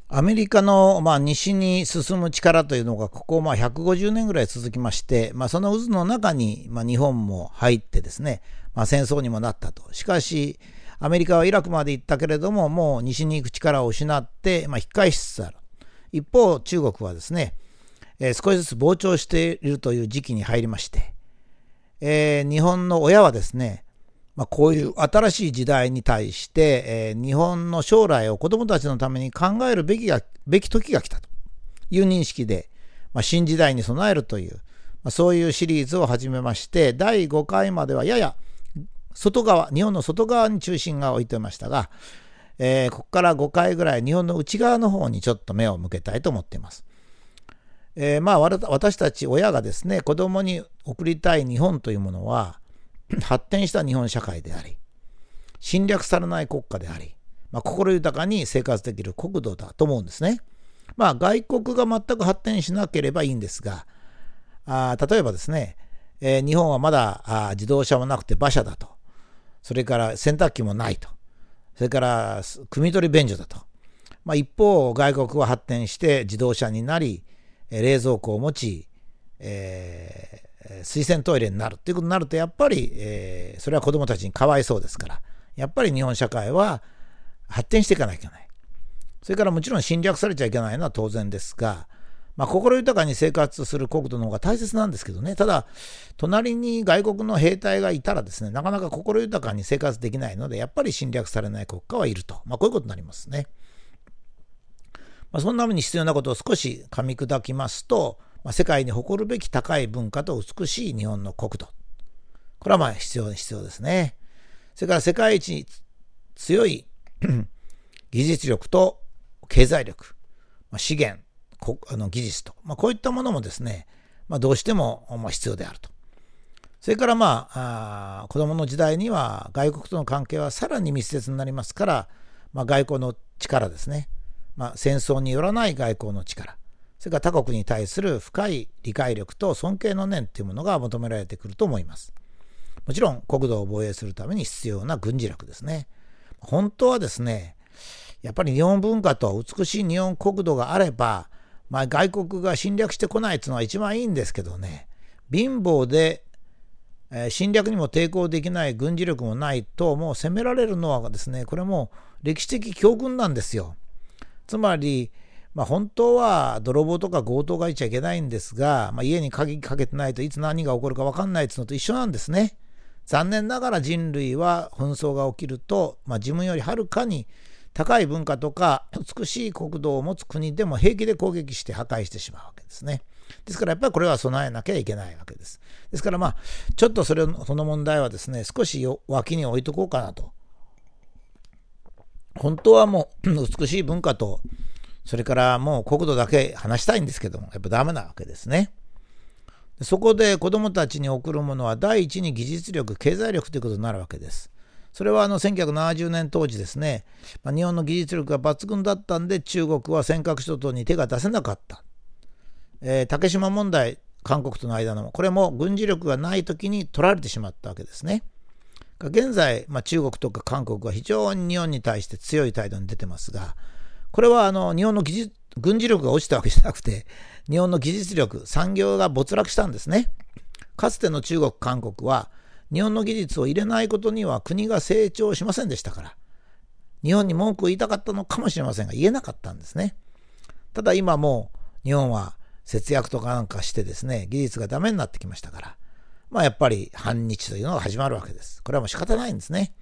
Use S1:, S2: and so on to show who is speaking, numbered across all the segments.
S1: アメリカの、西に進む力というのがここ150年ぐらい続きまして、その渦の中に、日本も入ってですね、戦争にもなったと。しかしアメリカはイラクまで行ったけれども、もう西に行く力を失って、引き返しつつある。一方中国はですね、少しずつ膨張しているという時期に入りまして、日本の親はですね、こういう新しい時代に対して、日本の将来を子どもたちのために考えるべき時が来たという認識で、新時代に備えるという、そういうシリーズを始めまして、第5回まではやや外側、日本の外側に中心が置いてましたが、ここから5回ぐらい日本の内側の方にちょっと目を向けたいと思っています。私たち親がですね、子どもに送りたい日本というものは、発展した日本社会であり、侵略されない国家であり、心豊かに生活できる国土だと思うんですね。外国が全く発展しなければいいんですが、例えばですね、日本はまだ自動車もなくて馬車だと、それから洗濯機もないと、それから汲み取り便所だと、一方外国は発展して自動車になり、冷蔵庫を持ち、水洗トイレになるということになると、やっぱり、それは子どもたちにかわいそうですから、やっぱり日本社会は発展していかなきゃいけない。それからもちろん侵略されちゃいけないのは当然ですが、心豊かに生活する国土の方が大切なんですけどね。ただ隣に外国の兵隊がいたらですね、なかなか心豊かに生活できないので、やっぱり侵略されない国家はいると、こういうことになりますね。そんなふうに必要なことを少し噛み砕きますと、世界に誇るべき高い文化と美しい日本の国土、これは必要ですね。それから世界一強い技術力と経済力、資源、技術と、こういったものもですね、どうしても必要であると。それから子どもの時代には外国との関係はさらに密接になりますから、外交の力ですね、戦争によらない外交の力、それから他国に対する深い理解力と尊敬の念というものが求められてくると思います。もちろん国土を防衛するために必要な軍事力ですね。本当はですね、やっぱり日本文化と美しい日本国土があれば、外国が侵略してこないというのは一番いいんですけどね、貧乏で、侵略にも抵抗できない軍事力もないと、もう攻められるのはですね、これも歴史的教訓なんですよ。つまり本当は泥棒とか強盗がいちゃいけないんですが、家に鍵かけてないといつ何が起こるか分かんないっていうのと一緒なんですね。残念ながら人類は紛争が起きると、自分よりはるかに高い文化とか美しい国土を持つ国でも平気で攻撃して破壊してしまうわけですね。ですからやっぱりこれは備えなきゃいけないわけです。ですからちょっとその問題はですね、少し脇に置いとこうかなと。本当はもう美しい文化と、それからもう国土だけ話したいんですけども、やっぱダメなわけですね。そこで子どもたちに送るものは第一に技術力、経済力ということになるわけです。それは1970年当時ですね、日本の技術力が抜群だったんで、中国は尖閣諸島に手が出せなかった。竹島問題、韓国との間のこれも軍事力がない時に取られてしまったわけですね。現在、中国とか韓国は非常に日本に対して強い態度に出てますが、これは日本の軍事力が落ちたわけじゃなくて、日本の技術力、産業が没落したんですね。かつての中国、韓国は日本の技術を入れないことには国が成長しませんでしたから、日本に文句を言いたかったのかもしれませんが、言えなかったんですね。ただ今もう日本は節約とかなんかしてですね、技術がダメになってきましたから、やっぱり反日というのが始まるわけです。これはもう仕方ないんですね。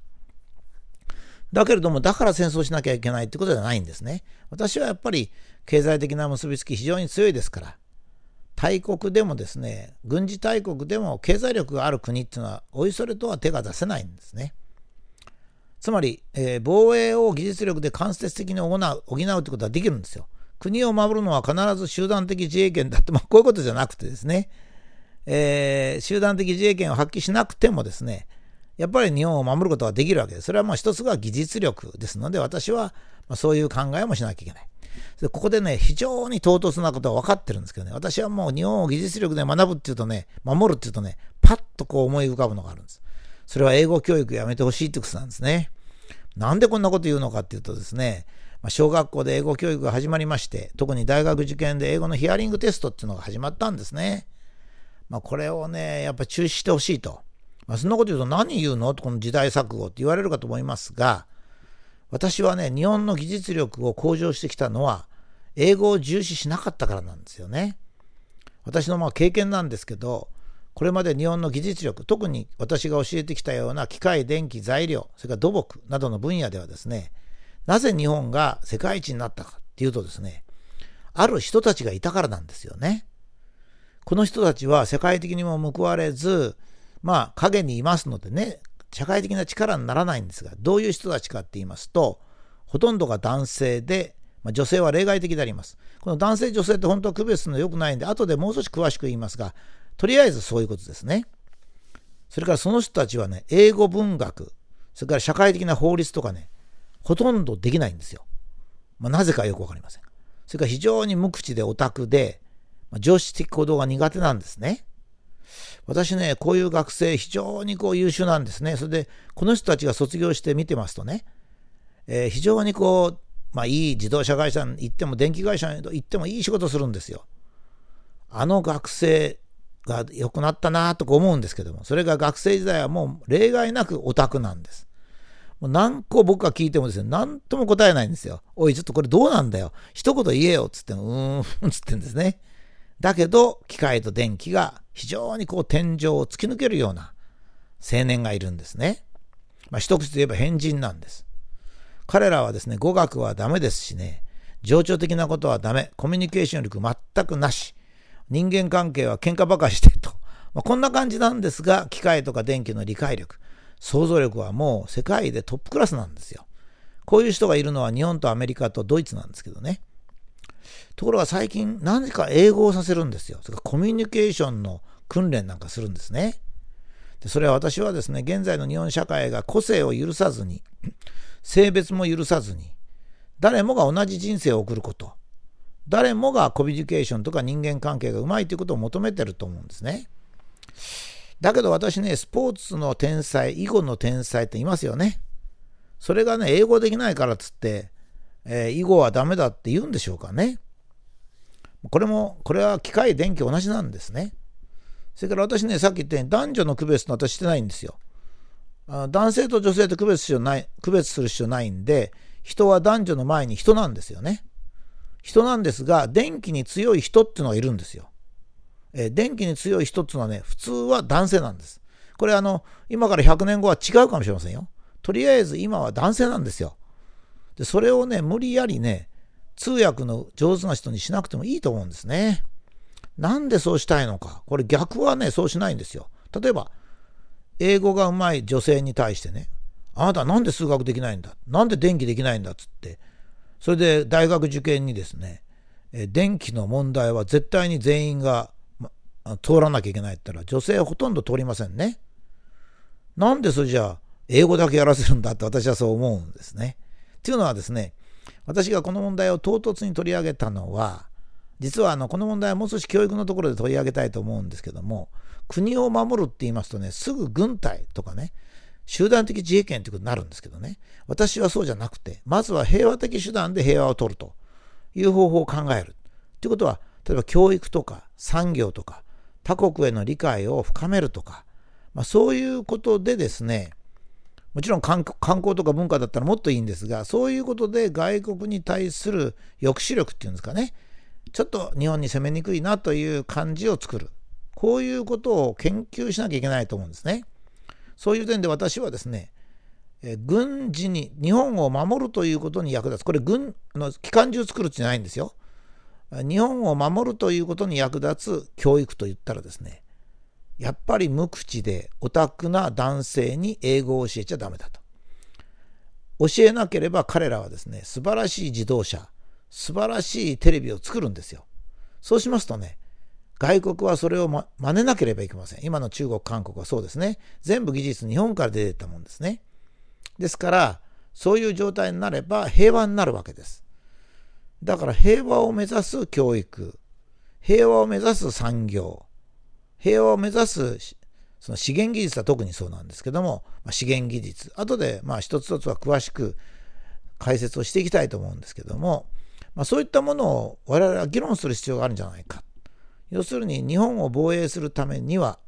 S1: だけれども、だから戦争しなきゃいけないってことじゃないんですね。私はやっぱり経済的な結びつき非常に強いですから、大国でもですね、軍事大国でも経済力がある国っていうのはおいそれとは手が出せないんですね。つまり、防衛を技術力で間接的に補うということはできるんですよ。国を守るのは必ず集団的自衛権だって、こういうことじゃなくてですね、集団的自衛権を発揮しなくてもですね、やっぱり日本を守ることができるわけです。それは一つが技術力ですので、私はそういう考えもしなきゃいけない。ここでね、非常に唐突なことは分かってるんですけどね、私はもう日本を技術力で学ぶっていうとね、守るっていうとね、パッと思い浮かぶのがあるんです。それは英語教育やめてほしいってことなんですね。なんでこんなこと言うのかっていうとですね、 小学校で英語教育が始まりまして、特に大学受験で英語のヒアリングテストっていうのが始まったんですね。これをね、やっぱり中止してほしいと。そんなこと言うと何言うのと、この時代錯誤って言われるかと思いますが、私はね、日本の技術力を向上してきたのは、英語を重視しなかったからなんですよね。私の経験なんですけど、これまで日本の技術力、特に私が教えてきたような機械、電気、材料、それから土木などの分野ではですね、なぜ日本が世界一になったかっていうとですね、ある人たちがいたからなんですよね。この人たちは世界的にも報われず、影にいますのでね、社会的な力にならないんですが、どういう人たちかって言いますと、ほとんどが男性で、女性は例外的であります。この男性女性って本当は区別するの良くないんで、後でもう少し詳しく言いますが、とりあえずそういうことですね。それからその人たちはね、英語文学、それから社会的な法律とかね、ほとんどできないんですよ。なぜかよくわかりません。それから非常に無口でオタクで、常識的行動が苦手なんですね。私ね、こういう学生非常に優秀なんですね。それで、この人たちが卒業して見てますとね、非常にいい自動車会社に行っても電気会社に行ってもいい仕事するんですよ。あの学生が良くなったなと思うんですけども、それが学生時代はもう例外なくオタクなんです。もう何個僕が聞いてもですね、何とも答えないんですよ。おい、ちょっとこれどうなんだよ。一言言えよ。つってつってんですね。だけど、機械と電気が非常に天井を突き抜けるような青年がいるんですね。一口で言えば変人なんです。彼らはですね、語学はダメですしね、情緒的なことはダメ、コミュニケーション力全くなし、人間関係は喧嘩ばかりしてると。こんな感じなんですが、機械とか電気の理解力、想像力はもう世界でトップクラスなんですよ。こういう人がいるのは日本とアメリカとドイツなんですけどね。ところが最近何か英語をさせるんですよ。それからコミュニケーションの訓練なんかするんですね。でそれは私はですね、現在の日本社会が個性を許さずに、性別も許さずに、誰もが同じ人生を送ること、誰もがコミュニケーションとか人間関係がうまいということを求めてると思うんですね。だけど私ね、スポーツの天才、囲碁の天才って言いますよね。それがね、英語できないからっつって、囲碁はダメだって言うんでしょうかね。これは機械、電気同じなんですね。それから私ね、さっき言ったように男女の区別の私してないんですよ。男性と女性と区別する必要ないんで、人は男女の前に人なんですよね。人なんですが、電気に強い人っていうのがいるんですよ。電気に強い人っていうのはね、普通は男性なんです。これ今から100年後は違うかもしれませんよ。とりあえず今は男性なんですよ。で、それをね、無理やりね、通訳の上手な人にしなくてもいいと思うんですね。なんでそうしたいのか。これ逆はね、そうしないんですよ。例えば、英語がうまい女性に対してね、あなたなんで数学できないんだ、なんで電気できないんだっつって、それで大学受験にですね、電気の問題は絶対に全員が、通らなきゃいけないって言ったら、女性はほとんど通りませんね。なんでそれじゃあ英語だけやらせるんだって私はそう思うんですね。っていうのはですね、私がこの問題を唐突に取り上げたのは、実はこの問題はもう少し教育のところで取り上げたいと思うんですけども、国を守るって言いますとね、すぐ軍隊とかね、集団的自衛権ということになるんですけどね、私はそうじゃなくて、まずは平和的手段で平和を取るという方法を考える。ということは、例えば教育とか産業とか他国への理解を深めるとか、そういうことでですね、もちろん観光とか文化だったらもっといいんですが、そういうことで外国に対する抑止力っていうんですかね、ちょっと日本に攻めにくいなという感じを作る。こういうことを研究しなきゃいけないと思うんですね。そういう点で私はですね、軍事に日本を守るということに役立つ。これ機関銃作るってじゃないんですよ。日本を守るということに役立つ教育といったらですね、やっぱり無口でオタクな男性に英語を教えちゃダメだと。教えなければ彼らはですね、素晴らしい自動車、素晴らしいテレビを作るんですよ。そうしますとね、外国はそれを真似なければいけません。今の中国、韓国はそうですね。全部技術日本から出てったもんですね。ですから、そういう状態になれば平和になるわけです。だから平和を目指す教育、平和を目指す産業、平和を目指すその資源技術は特にそうなんですけども、資源技術、後で一つ一つは詳しく解説をしていきたいと思うんですけども、そういったものを我々は議論する必要があるんじゃないか。要するに日本を防衛するためには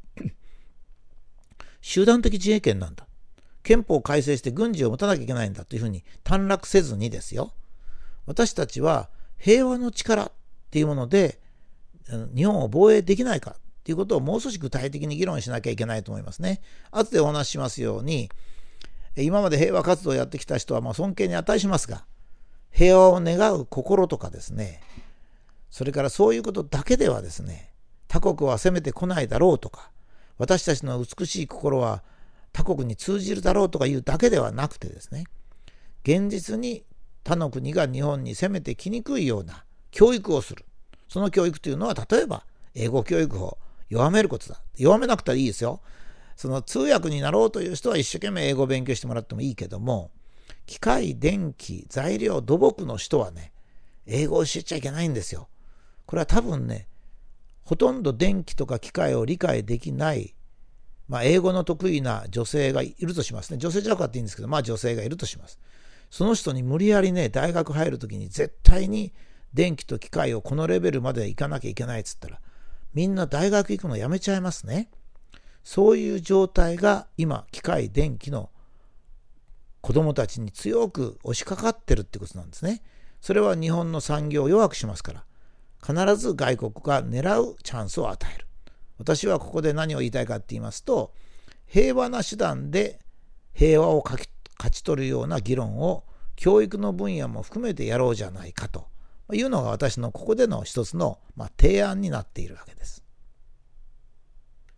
S1: 集団的自衛権なんだ。憲法を改正して軍事を持たなきゃいけないんだというふうに短絡せずにですよ。私たちは平和の力っていうもので日本を防衛できないかっていうことをもう少し具体的に議論しなきゃいけないと思いますね。後でお話ししますように、今まで平和活動をやってきた人は尊敬に値しますが、平和を願う心とかですね、それからそういうことだけではですね、他国は攻めてこないだろうとか、私たちの美しい心は他国に通じるだろうとかいうだけではなくてですね、現実に他の国が日本に攻めてきにくいような教育をする。その教育というのは、例えば英語教育を弱めることだ。弱めなくてはいいですよ。その通訳になろうという人は一生懸命英語を勉強してもらってもいいけども、機械、電気、材料、土木の人はね、英語を教えちゃいけないんですよ。これは多分ね、ほとんど電気とか機械を理解できない、英語の得意な女性がいるとしますね。女性じゃなくていいんですけど、女性がいるとします。その人に無理やりね、大学入るときに絶対に電気と機械をこのレベルまで行かなきゃいけないっつったら、みんな大学行くのやめちゃいますね。そういう状態が今、機械、電気の子供たちに強く押しかかってるってことなんですね。それは日本の産業を弱くしますから、必ず外国が狙うチャンスを与える。私はここで何を言いたいかって言いますと、平和な手段で平和を勝ち取るような議論を教育の分野も含めてやろうじゃないかというのが私のここでの一つの提案になっているわけです。